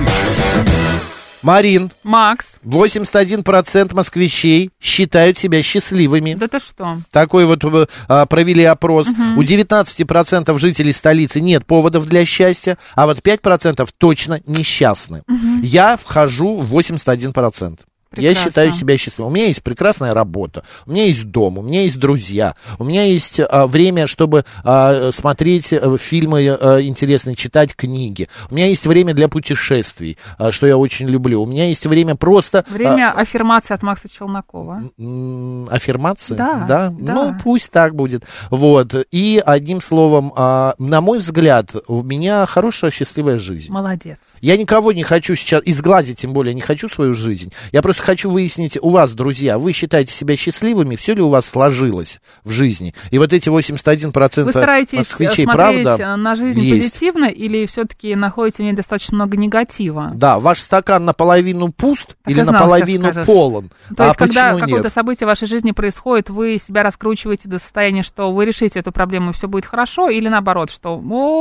Марин. Макс. восемьдесят один процент москвичей считают себя счастливыми. Да ты что? Такой вот а, провели опрос. Угу. У девятнадцать процентов жителей столицы нет поводов для счастья, а вот пять процентов точно несчастны. Угу. Я вхожу в восемьдесят один процент. Прекрасно. Я считаю себя счастливым. У меня есть прекрасная работа, у меня есть дом, у меня есть друзья, у меня есть а, время, чтобы а, смотреть а, фильмы а, интересные, читать книги. У меня есть время для путешествий, а, что я очень люблю. У меня есть время просто... Время а, аффирмации от Макса Челнокова. Аффирмации? Да, да. да. Ну, пусть так будет. Вот. И одним словом, а, на мой взгляд, у меня хорошая, счастливая жизнь. Молодец. Я никого не хочу сейчас изгладить, тем более не хочу свою жизнь. Я просто хочу выяснить у вас, друзья, вы считаете себя счастливыми, все ли у вас сложилось в жизни? И вот эти восемьдесят один процент вы стараетесь москвичей, смотреть правда, на жизнь есть. Позитивно или все-таки находите в ней достаточно много негатива? Да, ваш стакан наполовину пуст так или наполовину полон. То есть, а когда почему какое-то нет? событие в вашей жизни происходит, вы себя раскручиваете до состояния, что вы решите эту проблему, и все будет хорошо, или наоборот, что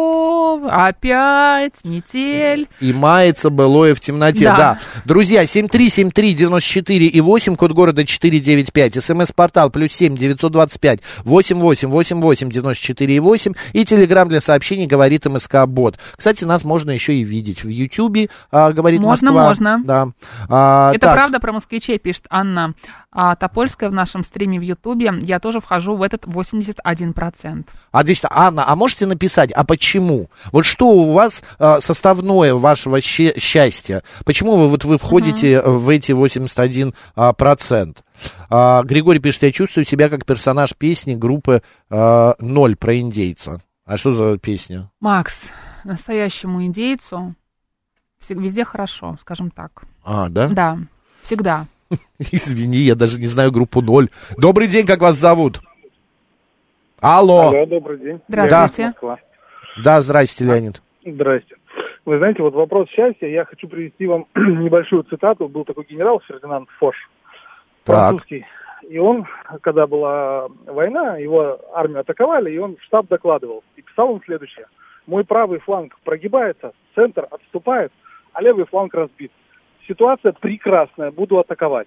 о, опять метель. И мается былое в темноте. Да. да. Друзья, семь три семь три девяносто четыре и восемь, код города четыреста девяносто пять, смс-портал плюс семь девятьсот двадцать пять восемьдесят восемь восемьдесят восемь девяносто четыре и восемь и телеграм для сообщений говорит МСК-бот. Кстати, нас можно еще и видеть в Ютьюбе, а, говорит можно, Москва. Можно, можно. Да. А, Это так. правда про москвичей, пишет Анна а, Топольская в нашем стриме в Ютубе. Я тоже вхожу в этот восемьдесят один процент. Отлично. Анна, а можете написать, а почему? Вот что у вас а, составное вашего щ- счастья? Почему вы, вот, вы входите uh-huh. в эти восемьдесят один процент? А, Григорий пишет, я чувствую себя как персонаж песни группы а, «Ноль» про индейца. А что за песня? Макс, настоящему индейцу везде хорошо, скажем так. А, да? Да, всегда. Извини, я даже не знаю группу «Ноль». Добрый день, как вас зовут? Алло. Алло, добрый день. Здравствуйте. Да, да здрасте, Леонид. Здрасте. Вы знаете, вот вопрос счастья, я хочу привести вам небольшую цитату. Был такой генерал Фердинанд Фош, французский. И он, когда была война, его армию атаковали, и он в штаб докладывал. И писал он следующее. Мой правый фланг прогибается, центр отступает, а левый фланг разбит. Ситуация прекрасная, буду атаковать.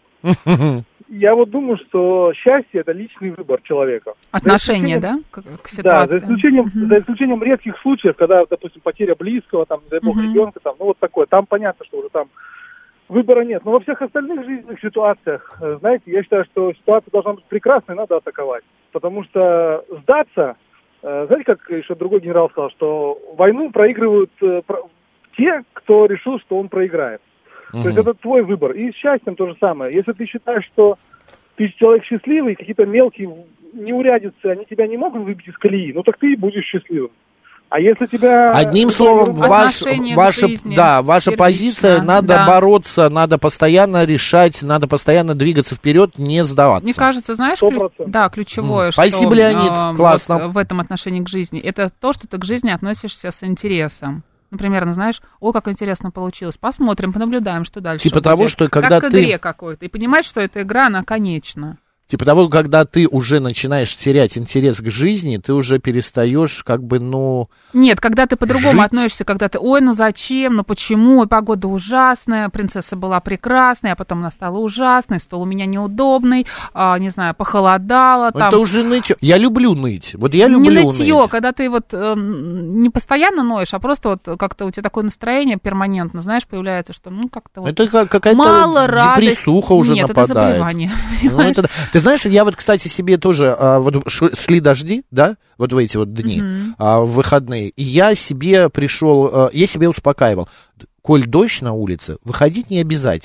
Я вот думаю, что счастье – это личный выбор человека. Отношение, да, к, к ситуации? Да, за исключением, uh-huh. за исключением редких случаев, когда, допустим, потеря близкого, там, не дай бог, uh-huh. ребенка, там, ну вот такое. Там понятно, что уже там выбора нет. Но во всех остальных жизненных ситуациях, знаете, я считаю, что ситуация должна быть прекрасной, надо атаковать. Потому что сдаться, знаете, как еще другой генерал сказал, что войну проигрывают те, кто решил, что он проиграет. То есть это твой выбор. И с счастьем то же самое. Если ты считаешь, что ты человек счастливый, какие-то мелкие неурядицы, они тебя не могут выбить из колеи, ну так ты и будешь счастливым. А если тебя... Одним словом, ваш, ваша, жизни, да, ваша первично, позиция, надо да. бороться, надо постоянно решать, надо постоянно двигаться вперед, не сдаваться. Мне кажется, знаешь, клю... да, ключевое, mm. что Спасибо, Леонид, э, классно. Вот в этом отношении к жизни, это то, что ты к жизни относишься с интересом. Например, ну, знаешь, о, как интересно получилось. Посмотрим, понаблюдаем, что дальше Типа будет. того, что когда как ты... к игре какой-то. И понимаешь, что эта игра, она конечна. Типа того, когда ты уже начинаешь терять интерес к жизни, ты уже перестаешь как бы, ну... Нет, когда ты по-другому жить. относишься, когда ты, ой, ну зачем, ну почему, погода ужасная, принцесса была прекрасная, а потом она стала ужасной, стол у меня неудобный, а, не знаю, похолодало. Там... Это уже нытье. Я люблю ныть. Вот я люблю не нытье, ныть. Когда ты вот э, не постоянно ноешь, а просто вот как-то у тебя такое настроение перманентно, знаешь, появляется, что ну как-то вот... Это какая-то мало депрессуха уже Нет, нападает. это заболевание, ну, это... Ты знаешь, я вот, кстати, себе тоже, а, вот шли дожди, да, вот в эти вот дни, mm-hmm. а, в выходные, и я себе пришел, а, я себе успокаивал, коль дождь на улице, выходить не обязательно.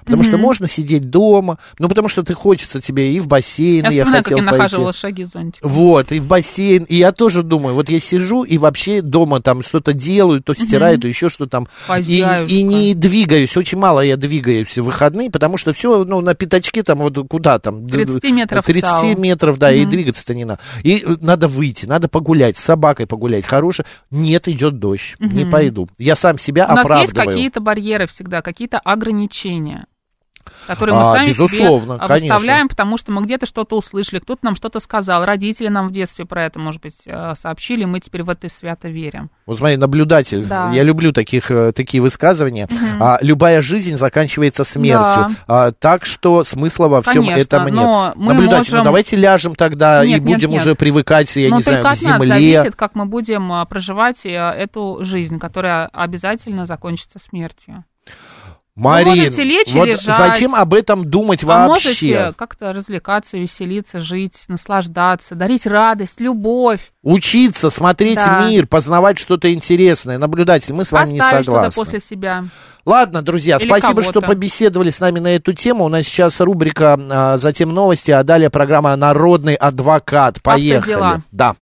Потому Мгм. что можно сидеть дома, ну, потому что ты хочется тебе и в бассейн, Я я вспоминаю, хотел как я пойти. нахаживала шаги зонтиком. Вот, и в бассейн. И я тоже думаю, вот я сижу и вообще дома там что-то делаю, то стираю, то еще что там. И, и не двигаюсь, очень мало я двигаюсь в выходные, потому что все, ну, на пятачке там, вот куда там? тридцать метров. тридцать метров, да, и двигаться-то не надо. И надо выйти, надо погулять, с собакой погулять, хорошее. Нет, идет дождь, не пойду. Я сам себя У нас оправдываю. есть какие-то барьеры всегда, какие-то ограничения, которые мы А, сами безусловно, себе конечно. выставляем, потому что мы где-то что-то услышали, кто-то нам что-то сказал, родители нам в детстве про это, может быть, сообщили, и мы теперь в это свято верим. Вот смотри, наблюдатель. Да. Я люблю таких, такие высказывания. Мгм. А, любая жизнь заканчивается смертью. Да. А, так что смысла во всем Конечно, этом нет. но мы Наблюдатель, можем- ну давайте ляжем тогда Нет, и будем нет, нет. уже привыкать, я Но не знаю, только к от нас земле. зависит, как мы будем а, проживать а, эту жизнь, которая обязательно закончится смертью. Марин, Вы можете лечь и вот лежать. зачем об этом думать А вообще? можете как-то развлекаться, веселиться, жить, наслаждаться, дарить радость, любовь. Учиться, смотреть Да. мир, познавать что-то интересное. Наблюдатель, мы с вами не Оставить что-то согласны. после себя. Ладно, друзья, Или спасибо, кого-то. что побеседовали с нами на эту тему. У нас сейчас рубрика, а, затем новости, а далее программа «Народный адвокат». Поехали. Автодела. Да.